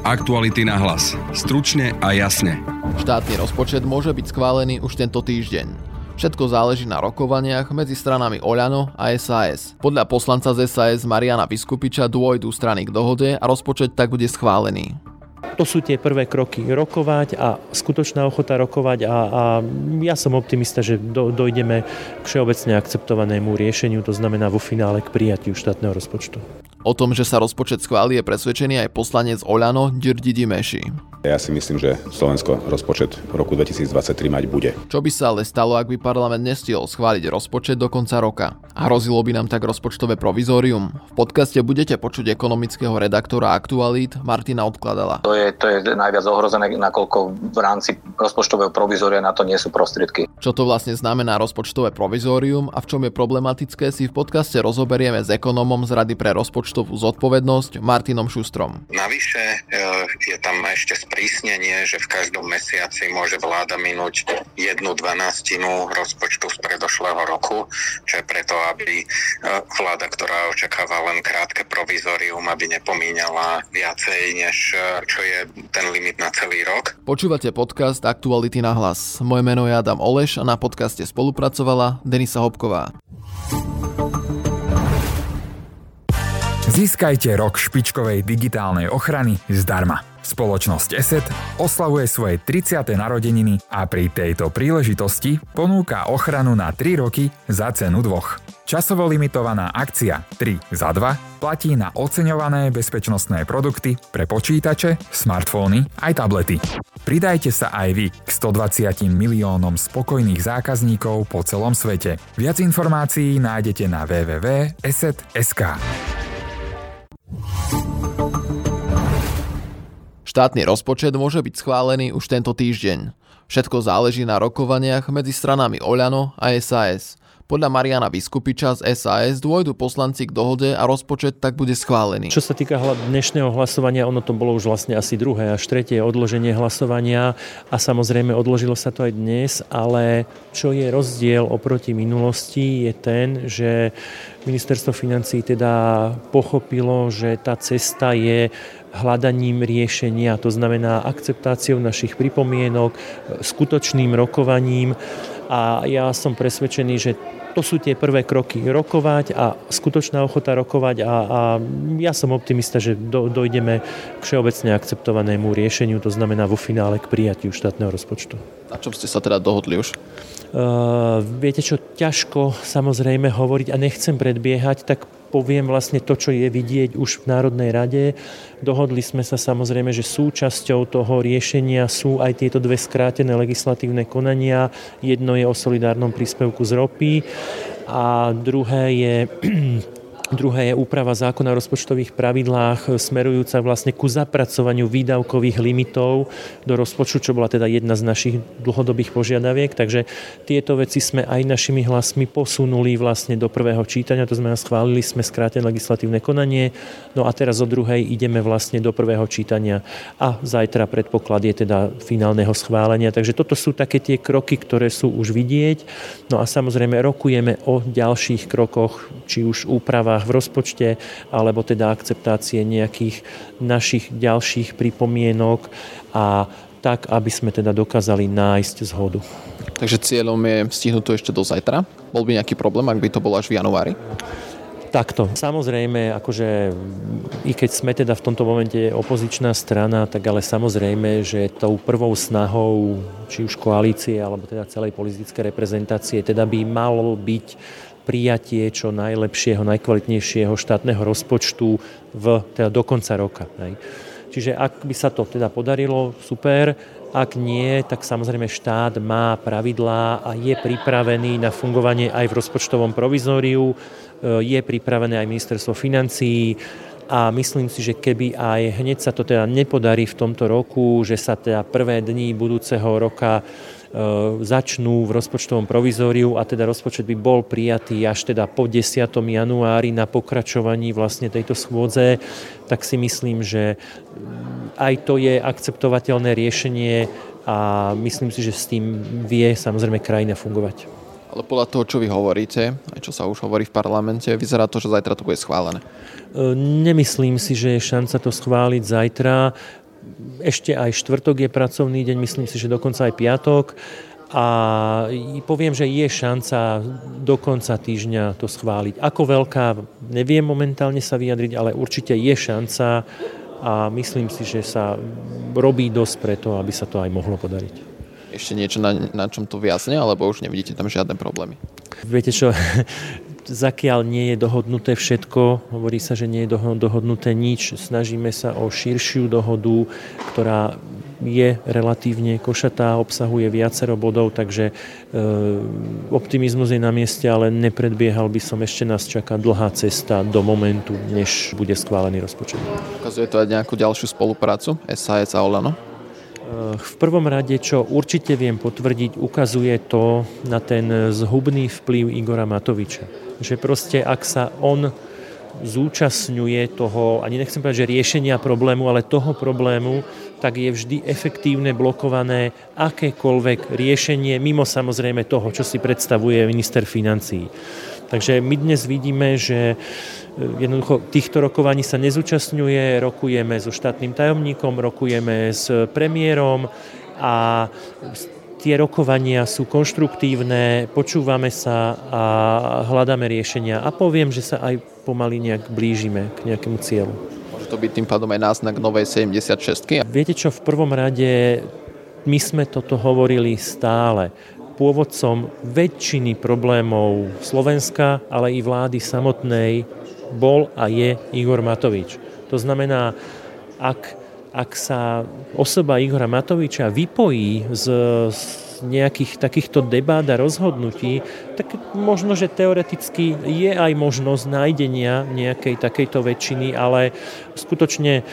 Aktuality na hlas. Stručne a jasne. Štátny rozpočet môže byť schválený už tento týždeň. Všetko záleží na rokovaniach medzi stranami Oľano a SAS. Podľa poslanca z SAS Mariana Viskupiča dôjdu strany k dohode a rozpočet tak bude schválený. To sú tie prvé kroky. Rokovať a skutočná ochota rokovať a ja som optimista, že dojdeme k všeobecne akceptovanému riešeniu, to znamená vo finále k prijatiu štátneho rozpočtu. O tom, že sa rozpočet schváli, je presvedčený aj poslanec Oľano Đurđić Dimeši. Ja si myslím, že Slovensko rozpočet v roku 2023 mať bude. Čo by sa ale stalo, ak by parlament nestihol schváliť rozpočet do konca roka? A hrozilo by nám tak rozpočtové provizórium? V podcaste budete počuť ekonomického redaktora Aktualít Martina Odkladala. To je najviac ohrozené, nakoľko v rámci rozpočtového provizória na to nie sú prostriedky. Čo to vlastne znamená rozpočtové provizórium a v čom je problematické, si v podcaste rozoberieme s ekonomom z Rady pre rozpočtovú zodpovednosť Martinom Šustrom. Navyše je tam ešte sprísnenie, že v každom mesiaci môže vláda minúť 1/12 rozpočtu z predošlého roku, čo je preto, aby vláda, ktorá očakáva len krátke provizórium, aby nepomínala viacej, než čo je ten limit na celý rok. Počúvate podcast Aktuality na hlas. Moje meno je Adam Oleš a na podcaste spolupracovala Denisa Hopková. Získajte rok špičkovej digitálnej ochrany zdarma. Spoločnosť ESET oslavuje svoje 30. narodeniny a pri tejto príležitosti ponúka ochranu na 3 roky za cenu 2. Časovo limitovaná akcia 3 za 2 platí na oceňované bezpečnostné produkty pre počítače, smartfóny aj tablety. Pridajte sa aj vy k 120 miliónom spokojných zákazníkov po celom svete. Viac informácií nájdete na www.eset.sk. Štátny rozpočet môže byť schválený už tento týždeň. Všetko záleží na rokovaniach medzi stranami Oľano a SAS. Podľa Mariana Viskupiča z SAS dôjdu poslanci k dohode a rozpočet tak bude schválený. Čo sa týka dnešného hlasovania, ono to bolo už vlastne asi druhé až tretie odloženie hlasovania a samozrejme odložilo sa to aj dnes, ale čo je rozdiel oproti minulosti je ten, že ministerstvo financií teda pochopilo, že tá cesta je hľadaním riešenia, to znamená akceptáciou našich pripomienok, skutočným rokovaním a ja som presvedčený, že to sú tie prvé kroky. Rokovať a skutočná ochota rokovať a ja som optimista, že dojdeme k všeobecne akceptovanému riešeniu, to znamená vo finále k prijatiu štátneho rozpočtu. Na čom ste sa teda dohodli už? Viete čo, ťažko samozrejme hovoriť a nechcem predbiehať, tak poviem vlastne to, čo je vidieť už v Národnej rade. Dohodli sme sa samozrejme, že súčasťou toho riešenia sú aj tieto dve skrátené legislatívne konania. Jedno je o solidárnom príspevku z ropy a druhé je úprava zákona o rozpočtových pravidlách smerujúca vlastne ku zapracovaniu výdavkových limitov do rozpočtu, čo bola teda jedna z našich dlhodobých požiadaviek. Takže tieto veci sme aj našimi hlasmi posunuli vlastne do prvého čítania, to znamená schválili sme skrátené legislatívne konanie, no a teraz o druhej ideme vlastne do prvého čítania a zajtra predpoklad je teda finálneho schválenia. Takže toto sú také tie kroky, ktoré sú už vidieť. No a samozrejme rokujeme o ďalších krokoch, či už úprava v rozpočte, alebo teda akceptácie nejakých našich ďalších pripomienok a tak, aby sme teda dokázali nájsť zhodu. Takže cieľom je stihnúť to ešte do zajtra? Bol by nejaký problém, ak by to bolo až v januári? Takto. Samozrejme, akože i keď sme teda v tomto momente opozičná strana, tak ale samozrejme, že tou prvou snahou, či už koalície, alebo teda celej politickej reprezentácie, teda by malo byť prijatie čo najlepšieho, najkvalitnejšieho štátneho rozpočtu teda do konca roka. Čiže ak by sa to teda podarilo, super. Ak nie, tak samozrejme štát má pravidlá a je pripravený na fungovanie aj v rozpočtovom provizóriu. Je pripravené aj ministerstvo financií a myslím si, že keby aj hneď sa to teda nepodarí v tomto roku, že sa teda prvé dni budúceho roka začnú v rozpočtovom provizóriu a teda rozpočet by bol prijatý až teda po 10. januári na pokračovaní vlastne tejto schôdze, tak si myslím, že aj to je akceptovateľné riešenie a myslím si, že s tým vie samozrejme krajina fungovať. Ale podľa toho, čo vy hovoríte, aj čo sa už hovorí v parlamente, vyzerá to, že zajtra to bude schválené. Nemyslím si, že je šanca to schváliť zajtra. ešte aj štvrtok je pracovný deň, myslím si, že dokonca aj piatok. A poviem, že je šanca do konca týždňa to schváliť. Ako veľká, neviem momentálne sa vyjadriť, ale určite je šanca a myslím si, že sa robí dosť preto, aby sa to aj mohlo podariť. Ešte niečo, na čom to viacne, alebo už nevidíte tam žiadne problémy? Viete čo, zakiaľ nie je dohodnuté všetko, hovorí sa, že nie je dohodnuté nič, snažíme sa o širšiu dohodu, ktorá je relatívne košatá, obsahuje viacero bodov, takže optimizmus je na mieste, ale nepredbiehal by som, ešte nás čaká dlhá cesta do momentu, než bude schválený rozpočet. Ukazuje to aj nejakú ďalšiu spoluprácu SAS a Olano? V prvom rade, čo určite viem potvrdiť, ukazuje to na ten zhubný vplyv Igora Matoviča. Že proste, ak sa on zúčastňuje toho, ani nechcem povedať, že riešenia problému, ale toho problému, tak je vždy efektívne blokované akékoľvek riešenie, mimo samozrejme toho, čo si predstavuje minister financií. Takže my dnes vidíme, že jednoducho týchto rokovaní sa nezúčastňuje, rokujeme so štátnym tajomníkom, rokujeme s premiérom a tie rokovania sú konštruktívne, počúvame sa a hľadáme riešenia a poviem, že sa aj pomaly nejak blížime k nejakému cieľu. Môže to byť tým pádom aj náznak novej 76-ky? Viete čo, v prvom rade my sme toto hovorili stále. Pôvodcom väčšiny problémov Slovenska, ale i vlády samotnej bol a je Igor Matovič. To znamená, ak sa osoba Igora Matoviča vypojí z nejakých takýchto debát a rozhodnutí, tak možno, že teoreticky je aj možnosť nájdenia nejakej takejto väčšiny, ale skutočne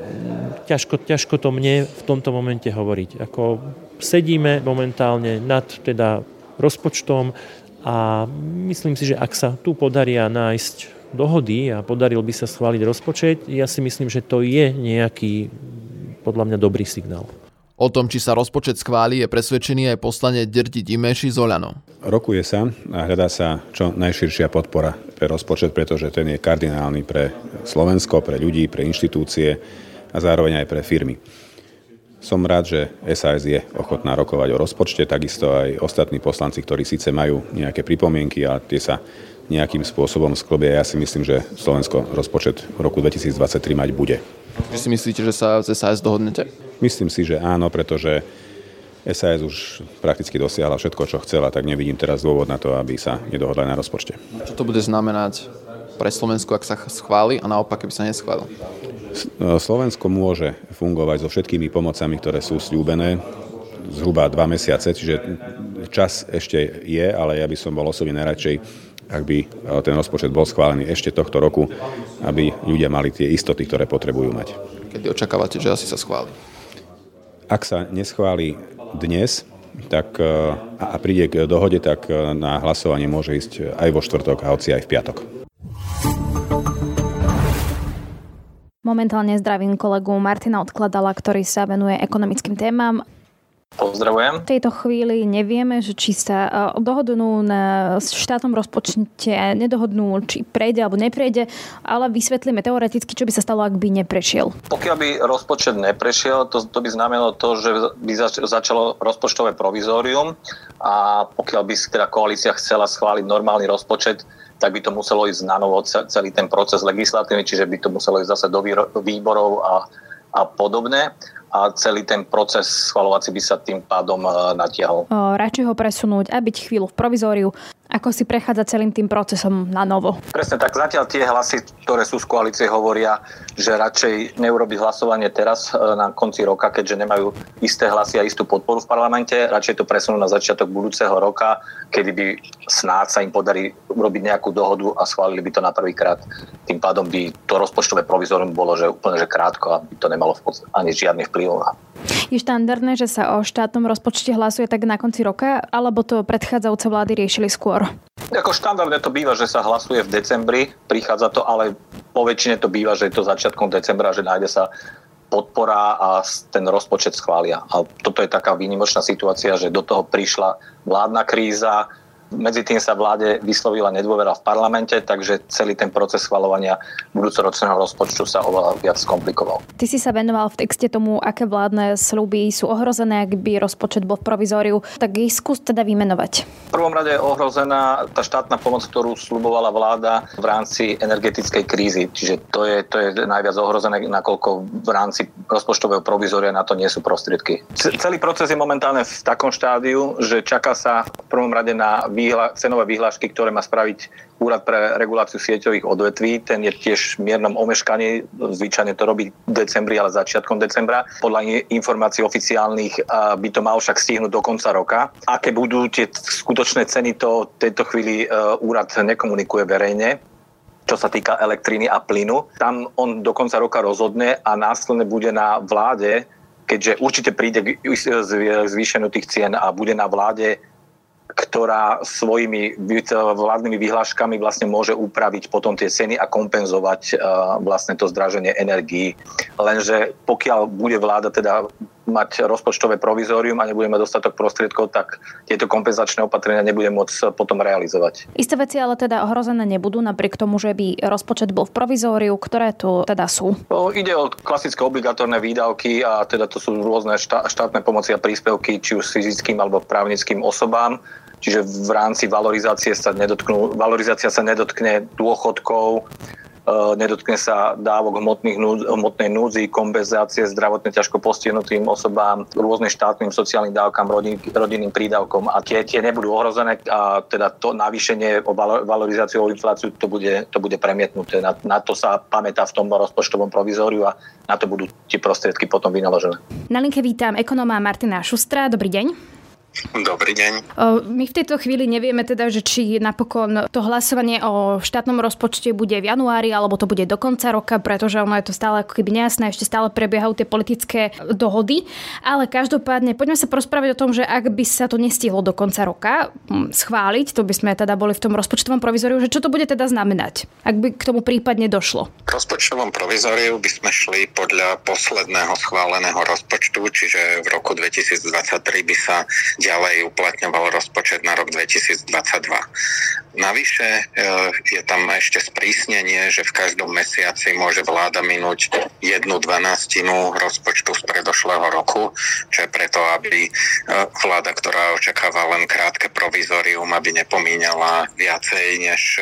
ťažko to mne v tomto momente hovoriť. Ako sedíme momentálne nad teda rozpočtom a myslím si, že ak sa tu podaria nájsť dohody a podaril by sa schváliť rozpočet, ja si myslím, že to je nejaký podľa mňa dobrý signál. O tom, či sa rozpočet schváli, je presvedčený aj poslanec Dirti Dimeši z Oľano. Rokuje sa a hľadá sa čo najširšia podpora pre rozpočet, pretože ten je kardinálny pre Slovensko, pre ľudí, pre inštitúcie a zároveň aj pre firmy. Som rád, že SAS je ochotná rokovať o rozpočte, takisto aj ostatní poslanci, ktorí síce majú nejaké pripomienky a tie sa nejakým spôsobom sklbia. Ja si myslím, že Slovensko rozpočet v roku 2023 mať bude. Vy si myslíte, že sa z SAS dohodnete? Myslím si, že áno, pretože SAS už prakticky dosiahla všetko, čo chcela, tak nevidím teraz dôvod na to, aby sa nedohodla na rozpočte. Čo to bude znamenať pre Slovensku, ak sa schváli a naopak, keby sa neschválil? Slovensko môže fungovať so všetkými pomocami, ktoré sú sľúbené zhruba 2 mesiace, čiže čas ešte je, ale ja by som bol osobne najradšej, ak by ten rozpočet bol schválený ešte tohto roku, aby ľudia mali tie istoty, ktoré potrebujú mať. Kedy očakávate, že asi sa schváli? Ak sa neschváli dnes, tak, a príde k dohode, tak na hlasovanie môže ísť aj vo štvrtok a hoci aj v piatok. Momentálne zdravím kolegu Martina Odkladala, ktorý sa venuje ekonomickým témam. Pozdravujem. V tejto chvíli nevieme, že či sa dohodnú na štátnom rozpočte, nedohodnú, či prejde alebo neprejde, ale vysvetlíme teoreticky, čo by sa stalo, ak by neprešiel. Pokiaľ by rozpočet neprešiel, to by znamenalo to, že by začalo rozpočtové provizórium a pokiaľ by teda koalícia chcela schváliť normálny rozpočet, tak by to muselo ísť na novo celý ten proces legislatívny, čiže by to muselo ísť zase do výborov a podobné. A celý ten proces schvaľovací by sa tým pádom natiahol. Radšej ho presunúť a byť chvíľu v provizóriu, ako si prechádza celým tým procesom na novo. Presne tak. Zatiaľ tie hlasy, ktoré sú z koalície, hovoria, že radšej neurobiť hlasovanie teraz na konci roka, keďže nemajú isté hlasy a istú podporu v parlamente. Radšej to presunú na začiatok budúceho roka, kedy by snáď sa im podarí urobiť nejakú dohodu a schválili by to na prvýkrát. Tým pádom by to rozpočtové provizórium bolo že úplne že krátko a by to nemalo ani žiadny vplyv. Je štandardné, že sa o štátnom rozpočte hlasuje tak na konci roka, alebo to predchádzajúce vlády riešili skôr? Ako štandardne to býva, že sa hlasuje v decembri, prichádza to, ale po väčšine to býva, že je to začiatkom decembra, že nájde sa podpora a ten rozpočet schvália. A toto je taká výnimočná situácia, že do toho prišla vládna kríza, Medzi tým sa vláde vyslovila nedôvera v parlamente, takže celý ten proces schvaľovania budúcoročného rozpočtu sa oveľa viac skomplikoval. Ty si sa venoval v texte tomu, aké vládne sľuby sú ohrozené, ak by rozpočet bol v provizóriu, tak ich skús teda vymenovať. V prvom rade je ohrozená tá štátna pomoc, ktorú sľubovala vláda v rámci energetickej krízy. Čiže to je najviac ohrozené, nakoľko v rámci rozpočtového provizória na to nie sú prostriedky. Celý proces je momentálne v takom štádiu, že čaká sa v prvom rade na cenové vyhlášky, ktoré má spraviť Úrad pre reguláciu sieťových odvetví. Ten je tiež v miernom omeškaní. Zvyčajne to robí v decembri, ale začiatkom decembra. Podľa informácií oficiálnych by to mal však stihnúť do konca roka. Aké budú tie skutočné ceny, to v tejto chvíli úrad nekomunikuje verejne, čo sa týka elektriny a plynu. Tam on do konca roka rozhodne a následne bude na vláde, keďže určite príde k zvýšeniu tých cien a bude na vláde, ktorá svojimi vládnymi vyhláškami vlastne môže upraviť potom tie ceny a kompenzovať vlastne to zdraženie energií. Lenže pokiaľ bude vláda teda mať rozpočtové provizórium a nebudeme dostatok prostriedkov, tak tieto kompenzačné opatrenia nebude môcť potom realizovať. Isté veci ale teda ohrozené nebudú, napriek tomu, že by rozpočet bol v provizóriu. Ktoré to teda sú? Ide o klasické obligatórne výdavky a teda to sú rôzne štátne pomoci a príspevky, či už fyzickým alebo právnickým osobám. Čiže v rámci valorizácia sa nedotkne dôchodkov, nedotkne sa dávok hmotnej núdzi, kompenzácie zdravotne ťažko postihnutým osobám, rôznym štátnym sociálnym dávkam, rodinným prídavkom. A tie nebudú ohrozené a teda to navýšenie o valorizáciu o infláciu to bude premietnuté. Na to sa pamätá v tom rozpočtovom provizóriu a na to budú tie prostriedky potom vynaložené. Na linke vítam ekonóma Martina Šustra. Dobrý deň. Dobrý deň. My v tejto chvíli nevieme teda, že či napokon to hlasovanie o štátnom rozpočte bude v januári, alebo to bude do konca roka, pretože ono je to stále ako keby nejasné, ešte stále prebiehajú tie politické dohody. Ale každopádne, poďme sa porozprávať o tom, že ak by sa to nestihlo do konca roka schváliť, to by sme teda boli v tom rozpočtovom provizóriu, že čo to bude teda znamenať, ak by k tomu prípadne došlo? V rozpočtovom provizóriu by sme šli podľa posledného schváleného rozpočtu, čiže v roku 2023 by sa ďalej uplatňoval rozpočet na rok 2022. Navyše je tam ešte sprísnenie, že v každom mesiaci môže vláda minúť 1/12 rozpočtu z predošlého roku, čo je preto, aby vláda, ktorá očakáva len krátke provizorium, aby nepomínala viacej než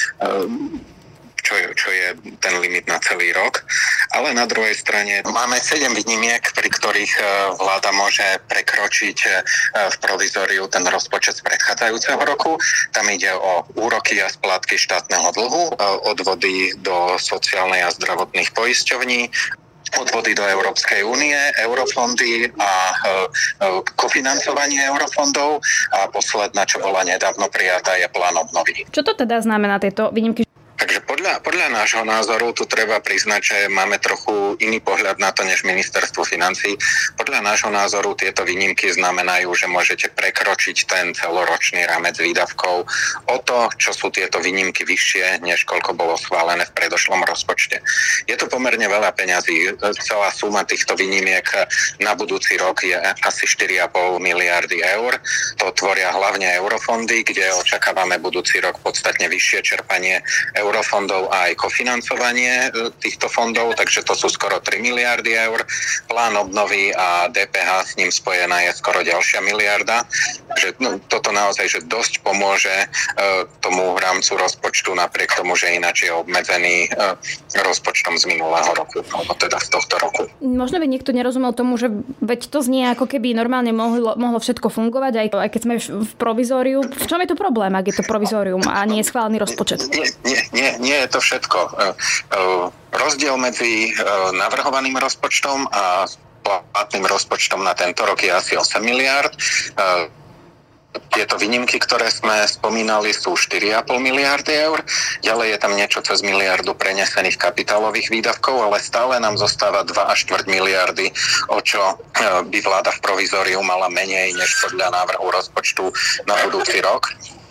čo je ten limit na celý rok. Ale na druhej strane máme 7 výnimiek, pri ktorých vláda môže prekročiť v provizóriu ten rozpočet z predchádzajúceho roku. Tam ide o úroky a splátky štátneho dlhu, odvody do sociálnej a zdravotných poisťovní, odvody do Európskej únie, eurofondy a kofinancovanie eurofondov a posledná, čo bola nedávno prijatá, je plán obnovy. Čo to teda znamená tieto výnimky? Takže podľa nášho názoru tu treba priznať, že máme trochu iný pohľad na to, než ministerstvo financií. Podľa nášho názoru tieto výnimky znamenajú, že môžete prekročiť ten celoročný rámec výdavkov o to, čo sú tieto výnimky vyššie, než koľko bolo schválené v predošlom rozpočte. Je to pomerne veľa peňazí. Celá suma týchto výnimiek na budúci rok je asi 4,5 miliardy eur. To tvoria hlavne eurofondy, kde očakávame budúci rok podstatne vyššie čerpanie eurofondov a aj kofinancovanie týchto fondov, takže to sú skoro 3 miliardy eur. Plán obnovy a DPH s ním spojená je skoro ďalšia miliarda. Že, toto naozaj že dosť pomôže tomu rámcu rozpočtu, napriek tomu, že ináč je obmedzený rozpočtom z minulého roku, alebo teda z tohto roku. Možno by niekto nerozumel tomu, že veď to znie ako keby normálne mohlo všetko fungovať, aj keď sme v provizóriu. V čom je to problém, ak je to provizórium a nie je schválený rozpočet? Nie je to všetko. Rozdiel medzi navrhovaným rozpočtom a platným rozpočtom na tento rok je asi 8 miliárd. Tieto výnimky, ktoré sme spomínali, sú 4,5 miliardy eur. Ďalej je tam niečo cez miliardu prenesených kapitálových výdavkov, ale stále nám zostáva 2,25 miliardy, o čo by vláda v provizóriu mala menej než podľa návrhu rozpočtu na budúci rok.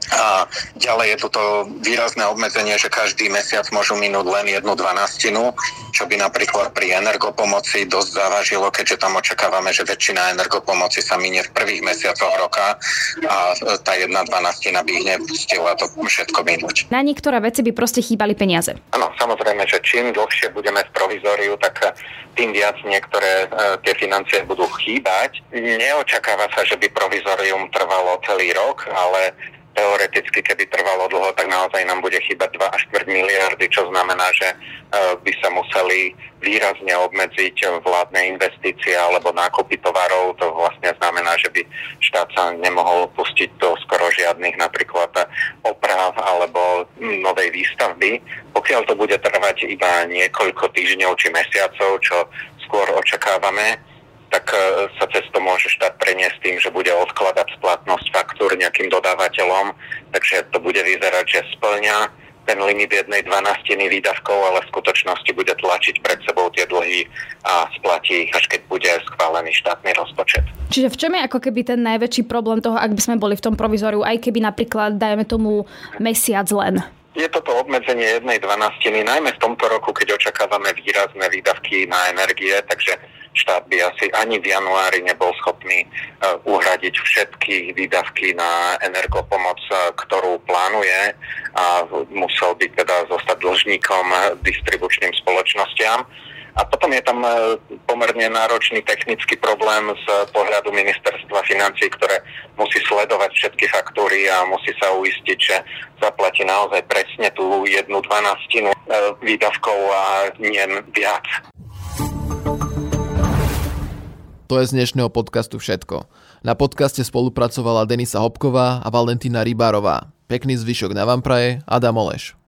A ďalej je tu to výrazné obmedzenie, že každý mesiac môžu minúť len 1/12, čo by napríklad pri energopomoci dosť závažilo, keďže tam očakávame, že väčšina energopomoci sa minie v prvých mesiacoch roka a tá 1/12 by ich nepustila to všetko minúť. Na niektoré veci by proste chýbali peniaze. Áno, samozrejme, že čím dlhšie budeme v provizóriu, tak tým viac niektoré tie financie budú chýbať. Neočakáva sa, že by provizórium trvalo celý rok, ale teoreticky, keby trvalo dlho, tak naozaj nám bude chýbať 2,25 miliardy, čo znamená, že by sa museli výrazne obmedziť vládne investície alebo nákupy tovarov. To vlastne znamená, že by štát sa nemohol pustiť do skoro žiadnych napríklad oprav alebo novej výstavby. Pokiaľ to bude trvať iba niekoľko týždňov či mesiacov, čo skôr očakávame, tak sa cez to môže štát preniesť tým, že bude odkladať splatnosť faktúr nejakým dodávateľom, takže to bude vyzerať, že splňa ten limit 1/12 výdavkov, ale v skutočnosti bude tlačiť pred sebou tie dlhy a splatí, až keď bude schválený štátny rozpočet. Čiže v čom je ako keby ten najväčší problém toho, ak by sme boli v tom provizóriu, aj keby napríklad, dajme tomu, mesiac len? Je toto obmedzenie 1/12, najmä v tomto roku, keď očakávame výrazné výdavky na energie, takže štát by asi ani v januári nebol schopný uhradiť všetky výdavky na energopomoc, ktorú plánuje, a musel by teda zostať dlžníkom distribučným spoločnostiam. A potom je tam pomerne náročný technický problém z pohľadu ministerstva financií, ktoré musí sledovať všetky faktúry a musí sa uistiť, že zaplatí naozaj presne tú 1/12 výdavkov a nie viac. To je z dnešného podcastu všetko. Na podcaste spolupracovala Denisa Hopková a Valentína Rybárová. Pekný zvyšok na vám praje Adam Oleš.